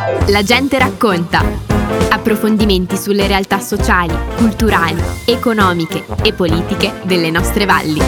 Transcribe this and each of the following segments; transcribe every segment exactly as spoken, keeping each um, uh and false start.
La gente racconta. Approfondimenti sulle realtà sociali, culturali, economiche e politiche delle nostre valli.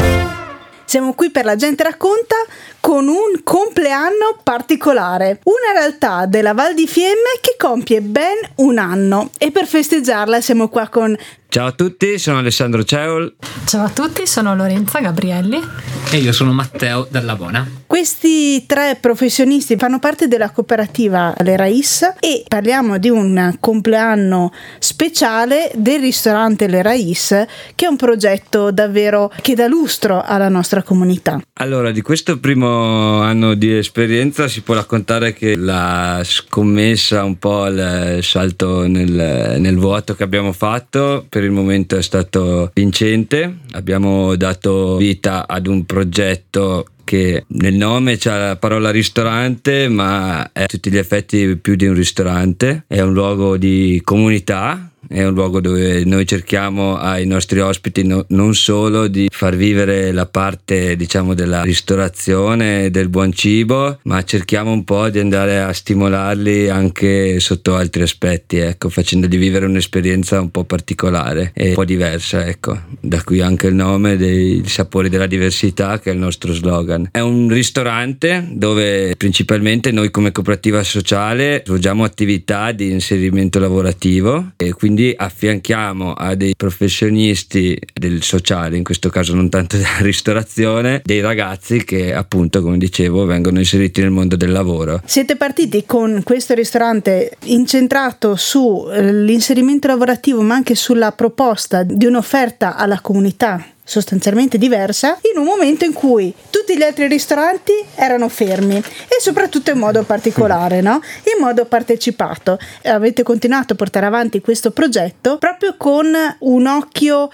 Siamo qui per La gente racconta con un compleanno particolare, una realtà della Val di Fiemme che compie ben un anno, e per festeggiarla siamo qua con... Ciao a tutti, sono Alessandro Ceol. Ciao a tutti, sono Lorenza Gabrielli. E io sono Matteo Dalla Bona. Questi tre professionisti fanno parte della cooperativa Le Rais e parliamo di un compleanno speciale del ristorante Le Rais, che è un progetto davvero che dà lustro alla nostra comunità. Allora, di questo primo anno di esperienza si può raccontare che la scommessa, un po' il salto nel, nel vuoto che abbiamo fatto, per il momento è stato vincente. Abbiamo dato vita ad un progetto che nel nome c'è la parola ristorante, ma è a tutti gli effetti più di un ristorante. È un luogo di comunità, è un luogo dove noi cerchiamo ai nostri ospiti no, non solo di far vivere la parte, diciamo, della ristorazione, del buon cibo, ma cerchiamo un po' di andare a stimolarli anche sotto altri aspetti, ecco, facendogli vivere un'esperienza un po' particolare e un po' diversa, ecco, da qui anche il nome dei sapori della diversità, che è il nostro slogan. È un ristorante dove principalmente noi come cooperativa sociale svolgiamo attività di inserimento lavorativo e quindi affianchiamo a dei professionisti del sociale, in questo caso non tanto della ristorazione, dei ragazzi che appunto, come dicevo, vengono inseriti nel mondo del lavoro. Siete partiti con questo ristorante incentrato sull'inserimento lavorativo, ma anche sulla proposta di un'offerta alla comunità sostanzialmente diversa, in un momento in cui tutti gli altri ristoranti erano fermi e soprattutto in modo particolare, no? In modo partecipato. Avete continuato a portare avanti questo progetto proprio con un occhio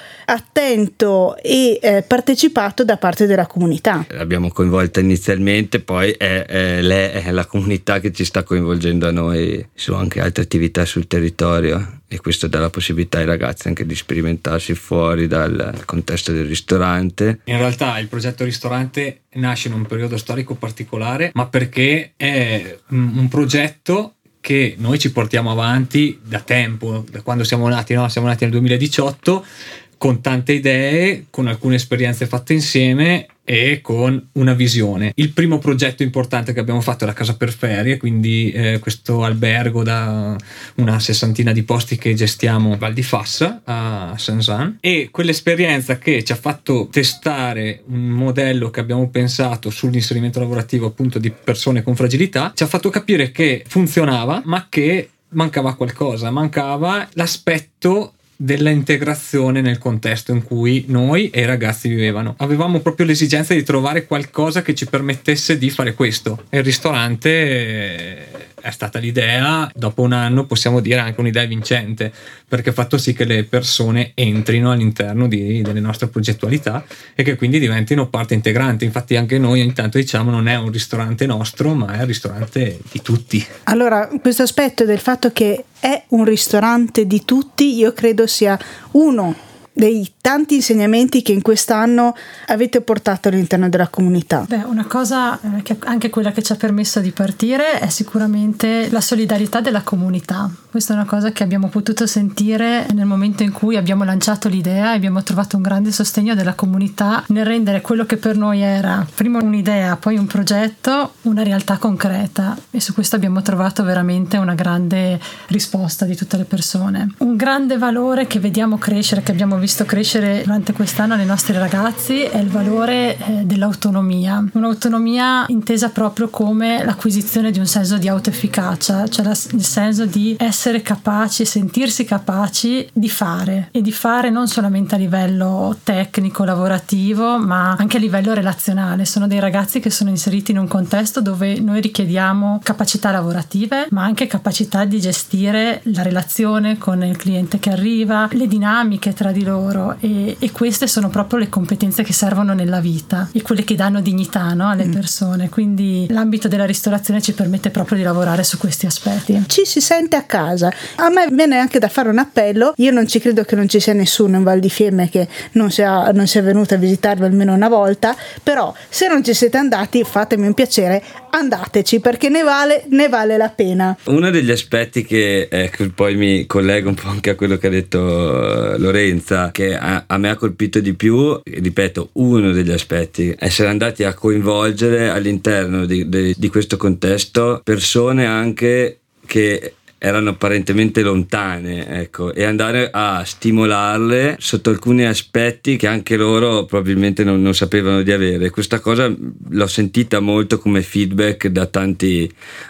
attento e eh, partecipato da parte della comunità. L'abbiamo coinvolta inizialmente, poi è, è, lei, è la comunità che ci sta coinvolgendo a noi su anche altre attività sul territorio, e questo dà la possibilità ai ragazzi anche di sperimentarsi fuori dal contesto del ristorante. In realtà il progetto ristorante nasce in un periodo storico particolare, ma perché è un progetto che noi ci portiamo avanti da tempo, da quando siamo nati, no? Siamo nati nel duemiladiciotto, con tante idee, con alcune esperienze fatte insieme e con una visione. Il primo progetto importante che abbiamo fatto è la Casa per Ferie, quindi eh, questo albergo da una sessantina di posti che gestiamo a Val di Fassa, a Saint-Jean, e quell'esperienza che ci ha fatto testare un modello che abbiamo pensato sull'inserimento lavorativo appunto di persone con fragilità, ci ha fatto capire che funzionava, ma che mancava qualcosa, mancava l'aspetto della integrazione nel contesto in cui noi e i ragazzi vivevano. Avevamo proprio l'esigenza di trovare qualcosa che ci permettesse di fare questo, e il ristorante è stata l'idea. Dopo un anno possiamo dire anche un'idea vincente, perché ha fatto sì che le persone entrino all'interno di, delle nostre progettualità e che quindi diventino parte integrante. Infatti anche noi ogni tanto diciamo non è un ristorante nostro, ma è un ristorante di tutti. Allora, questo aspetto del fatto che è un ristorante di tutti, io credo sia uno dei tanti insegnamenti che in quest'anno avete portato all'interno della comunità. Beh, una cosa eh, che anche quella che ci ha permesso di partire è sicuramente la solidarietà della comunità. Questa è una cosa che abbiamo potuto sentire nel momento in cui abbiamo lanciato l'idea e abbiamo trovato un grande sostegno della comunità nel rendere quello che per noi era prima un'idea, poi un progetto, una realtà concreta, e su questo abbiamo trovato veramente una grande risposta di tutte le persone. Un grande valore che vediamo crescere, che abbiamo visto crescere durante quest'anno nei nostri ragazzi, è il valore eh, dell'autonomia. Un'autonomia intesa proprio come l'acquisizione di un senso di autoefficacia, cioè la, il senso di essere capaci, sentirsi capaci di fare, e di fare non solamente a livello tecnico, lavorativo, ma anche a livello relazionale. Sono dei ragazzi che sono inseriti in un contesto dove noi richiediamo capacità lavorative, ma anche capacità di gestire la relazione con il cliente che arriva, le dinamiche tra di loro, e, e queste sono proprio le competenze che servono nella vita e quelle che danno dignità, no, alle persone. Quindi l'ambito della ristorazione ci permette proprio di lavorare su questi aspetti. Ci si sente a casa. A me viene anche da fare un appello. Io non ci credo che non ci sia nessuno in Val di Fiemme che non sia, non sia venuto a visitarvi almeno una volta, però se non ci siete andati fatemi un piacere, andateci, perché ne vale, ne vale la pena. Uno degli aspetti che ecco, poi mi collego un po' anche a quello che ha detto Lorenza, che a, a me ha colpito di più, ripeto, uno degli aspetti, essere andati a coinvolgere all'interno di, di, di questo contesto persone anche che erano apparentemente lontane, ecco, e andare a stimolarle sotto alcuni aspetti che anche loro probabilmente non, non sapevano di avere. Questa cosa l'ho sentita molto come feedback da tanti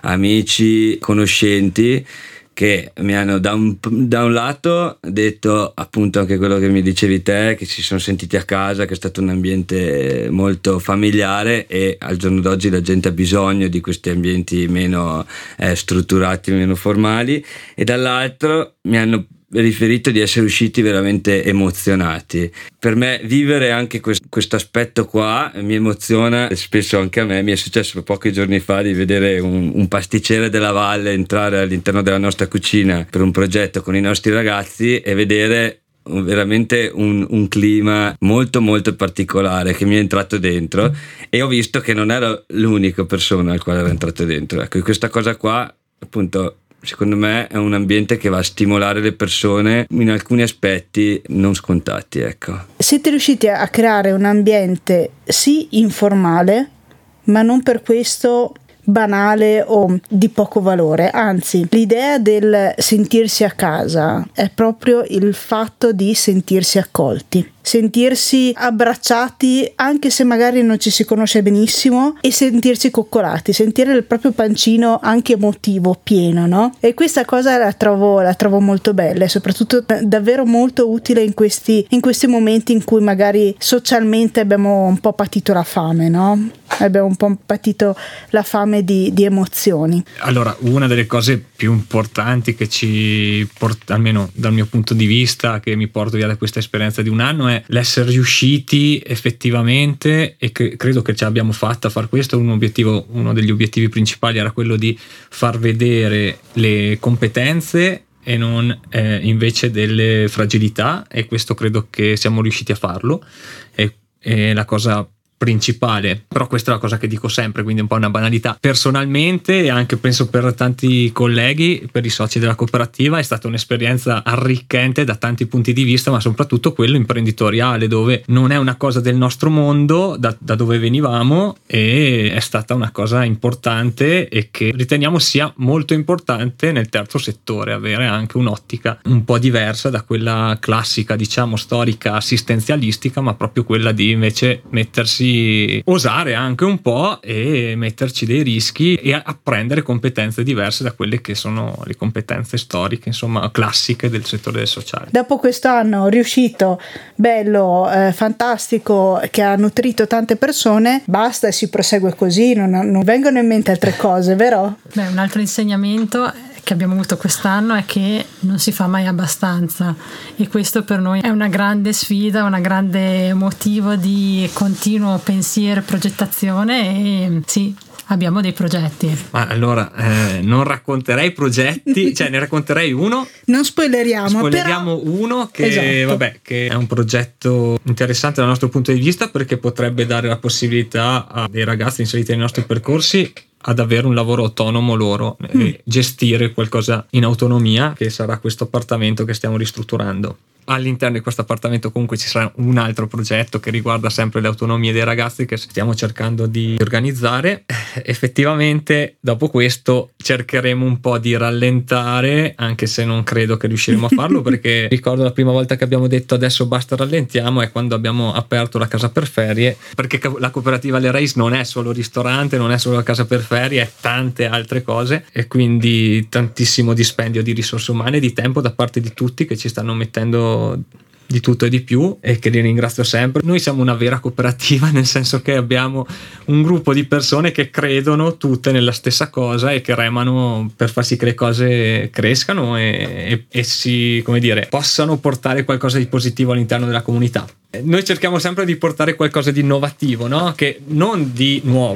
amici, conoscenti, che mi hanno da un, da un lato detto appunto anche quello che mi dicevi te, che si sono sentiti a casa, che è stato un ambiente molto familiare, e al giorno d'oggi la gente ha bisogno di questi ambienti meno eh, strutturati, meno formali, e dall'altro mi hanno riferito di essere usciti veramente emozionati. Per me vivere anche questo aspetto qua mi emoziona, e spesso anche a me mi è successo pochi giorni fa di vedere un, un pasticcere della Valle entrare all'interno della nostra cucina per un progetto con i nostri ragazzi e vedere veramente un, un clima molto molto particolare che mi è entrato dentro, e ho visto che non ero l'unica persona al quale era entrato dentro. Ecco, questa cosa qua appunto secondo me è un ambiente che va a stimolare le persone in alcuni aspetti non scontati, ecco. Siete riusciti a creare un ambiente sì informale, ma non per questo banale o di poco valore, anzi l'idea del sentirsi a casa è proprio il fatto di sentirsi accolti, sentirsi abbracciati anche se magari non ci si conosce benissimo, e sentirsi coccolati, sentire il proprio pancino anche emotivo pieno, no? E questa cosa la trovo, la trovo molto bella, e soprattutto davvero molto utile in questi, in questi momenti in cui magari socialmente abbiamo un po' patito la fame, no? Abbiamo un po' patito la fame di, di emozioni. Allora, una delle cose più importanti che ci porta, almeno dal mio punto di vista, che mi porto via da questa esperienza di un anno, è l'essere riusciti effettivamente, e che credo che ce l'abbiamo fatta a far questo. Un obiettivo, uno degli obiettivi principali era quello di far vedere le competenze e non eh, invece delle fragilità, e questo credo che siamo riusciti a farlo, e, e la cosa principale. Però questa è la cosa che dico sempre, quindi un po' una banalità. Personalmente, e anche penso per tanti colleghi, per i soci della cooperativa, è stata un'esperienza arricchente da tanti punti di vista, ma soprattutto quello imprenditoriale, dove non è una cosa del nostro mondo, da, da dove venivamo, e è stata una cosa importante, e che riteniamo sia molto importante nel terzo settore, avere anche un'ottica un po' diversa da quella classica, diciamo storica, assistenzialistica, ma proprio quella di invece mettersi, osare anche un po' e metterci dei rischi e apprendere competenze diverse da quelle che sono le competenze storiche, insomma classiche del settore del sociale. Dopo questo anno riuscito, bello, eh, fantastico, che ha nutrito tante persone, basta e si prosegue così, non, non vengono in mente altre cose, vero? Beh, un altro insegnamento che abbiamo avuto quest'anno è che non si fa mai abbastanza, e questo per noi è una grande sfida, una grande motivo di continuo pensiero e progettazione, e sì, abbiamo dei progetti. Ma allora eh, non racconterei progetti, cioè ne racconterei uno. Non spoileriamo, spoileriamo però... uno che, esatto. vabbè, che è un progetto interessante dal nostro punto di vista, perché potrebbe dare la possibilità a dei ragazzi inseriti nei nostri percorsi ad avere un lavoro autonomo loro, mm. e gestire qualcosa in autonomia, che sarà questo appartamento che stiamo ristrutturando. All'interno di questo appartamento comunque ci sarà un altro progetto che riguarda sempre le autonomie dei ragazzi, che stiamo cercando di organizzare. Effettivamente dopo questo cercheremo un po' di rallentare, anche se non credo che riusciremo a farlo, perché ricordo la prima volta che abbiamo detto adesso basta, rallentiamo, è quando abbiamo aperto la casa per ferie, perché la cooperativa Le Reis non è solo ristorante, non è solo la casa per ferie, è tante altre cose, e quindi tantissimo dispendio di risorse umane e di tempo da parte di tutti, che ci stanno mettendo di tutto e di più, e che li ringrazio sempre. Noi siamo una vera cooperativa, nel senso che abbiamo un gruppo di persone che credono tutte nella stessa cosa e che remano per far sì che le cose crescano e, e, e si, come dire, possano portare qualcosa di positivo all'interno della comunità. Noi cerchiamo sempre di portare qualcosa di innovativo, no? Che non di nuovo,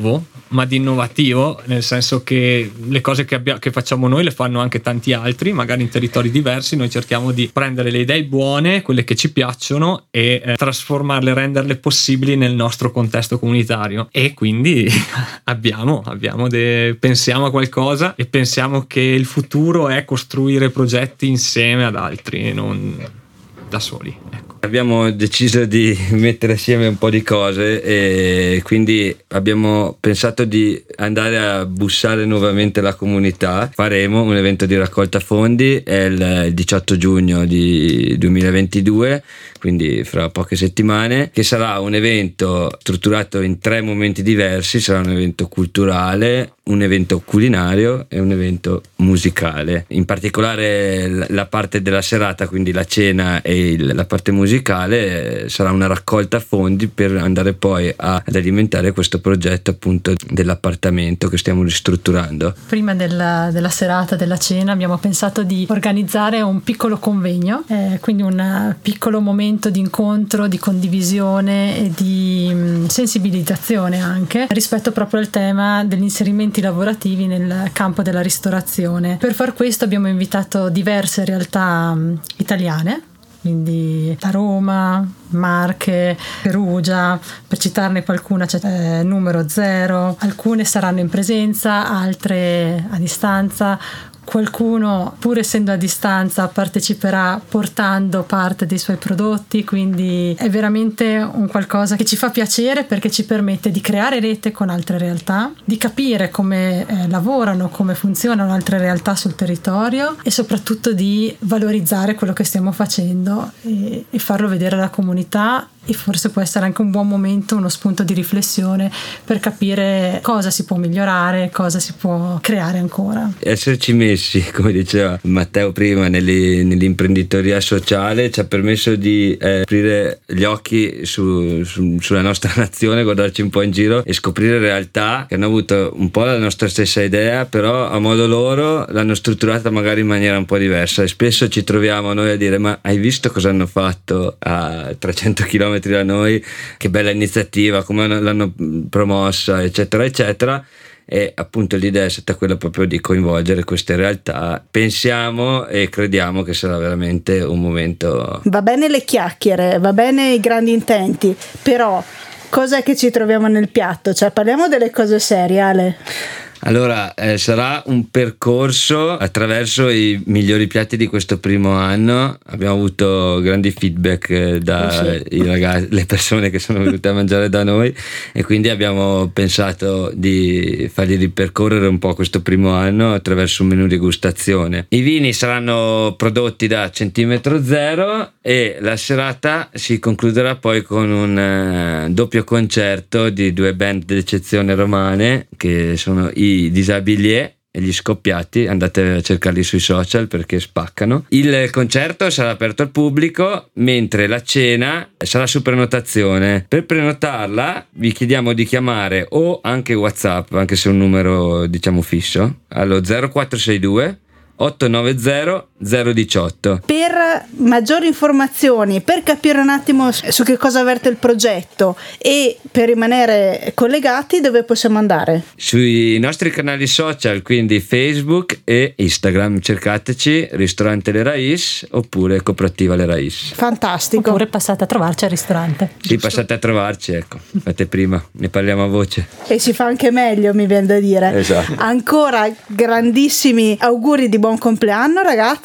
ma di innovativo, nel senso che le cose che, abbia, che facciamo noi le fanno anche tanti altri, magari in territori diversi. Noi cerchiamo di prendere le idee buone, quelle che ci piacciono, e eh, trasformarle, renderle possibili nel nostro contesto comunitario. E quindi abbiamo, abbiamo de- pensiamo a qualcosa e pensiamo che il futuro è costruire progetti insieme ad altri e non da soli, ecco. Abbiamo deciso di mettere assieme un po' di cose e quindi abbiamo pensato di andare a bussare nuovamente la comunità. Faremo un evento di raccolta fondi, è il diciotto giugno di duemilaventidue, quindi fra poche settimane, che sarà un evento strutturato in tre momenti diversi. Sarà un evento culturale, un evento culinario e un evento musicale. In particolare la parte della serata, quindi la cena e il, la parte musicale, sarà una raccolta fondi per andare poi a, ad alimentare questo progetto appunto dell'appartamento che stiamo ristrutturando. Prima della, della serata, della cena, abbiamo pensato di organizzare un piccolo convegno, eh, quindi un piccolo momento di incontro, di condivisione e di mh, sensibilizzazione anche rispetto proprio al tema degli inserimenti lavorativi nel campo della ristorazione. Per far questo abbiamo invitato diverse realtà um, italiane, quindi da Roma, Marche, Perugia, per citarne qualcuna c'è eh, Numero Zero. Alcune saranno in presenza, altre a distanza. Qualcuno, pur essendo a distanza, parteciperà portando parte dei suoi prodotti, quindi è veramente un qualcosa che ci fa piacere perché ci permette di creare rete con altre realtà, di capire come eh, lavorano, come funzionano altre realtà sul territorio e soprattutto di valorizzare quello che stiamo facendo e, e farlo vedere alla comunità. E forse può essere anche un buon momento, uno spunto di riflessione per capire cosa si può migliorare, cosa si può creare ancora. Esserci messi, come diceva Matteo prima, nelle, nell'imprenditoria sociale ci ha permesso di eh, aprire gli occhi su, su, sulla nostra nazione, guardarci un po' in giro e scoprire realtà che hanno avuto un po' la nostra stessa idea, però a modo loro l'hanno strutturata magari in maniera un po' diversa, e spesso ci troviamo noi a dire: ma hai visto cosa hanno fatto a trecento chilometri da noi, che bella iniziativa, come l'hanno promossa, eccetera eccetera. E appunto l'idea è stata quella proprio di coinvolgere queste realtà. Pensiamo e crediamo che sarà veramente un momento. Va bene le chiacchiere, va bene i grandi intenti, però cos'è che ci troviamo nel piatto? Cioè, parliamo delle cose serie, Ale. Allora, eh, sarà un percorso attraverso i migliori piatti di questo primo anno. Abbiamo avuto grandi feedback eh, da i ragazzi, le persone che sono venute a mangiare da noi, e quindi abbiamo pensato di fargli ripercorrere un po' questo primo anno attraverso un menù degustazione. I vini saranno prodotti da Centimetro Zero e la serata si concluderà poi con un eh, doppio concerto di due band d'eccezione romane che sono i Disabilier e gli Scoppiati. Andate a cercarli sui social perché spaccano. Il concerto sarà aperto al pubblico, mentre la cena sarà su prenotazione. Per prenotarla vi chiediamo di chiamare o anche WhatsApp, anche se è un numero diciamo fisso, allo zero quattro sei due otto nove zero zero diciotto. Per maggiori informazioni, per capire un attimo su che cosa verte il progetto e per rimanere collegati, dove possiamo andare? Sui nostri canali social, quindi Facebook e Instagram, cercateci Ristorante Le Rais oppure Cooperativa Le Rais. Fantastico. Oppure passate a trovarci al ristorante. Sì, passate a trovarci, ecco, fate prima, ne parliamo a voce. E si fa anche meglio, mi viene da dire. Esatto. Ancora grandissimi auguri di buon compleanno, ragazzi,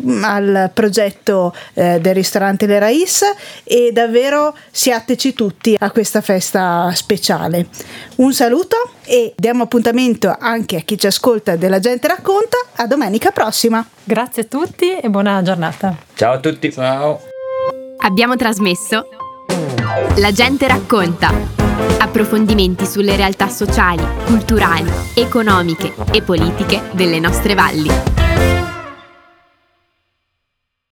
al progetto eh, del ristorante Le Rais, e davvero siateci tutti a questa festa speciale. Un saluto e diamo appuntamento anche a chi ci ascolta della Gente Racconta a domenica prossima. Grazie a tutti e buona giornata. Ciao a tutti. Ciao. Abbiamo trasmesso La Gente Racconta. Approfondimenti sulle realtà sociali, culturali, economiche e politiche delle nostre valli.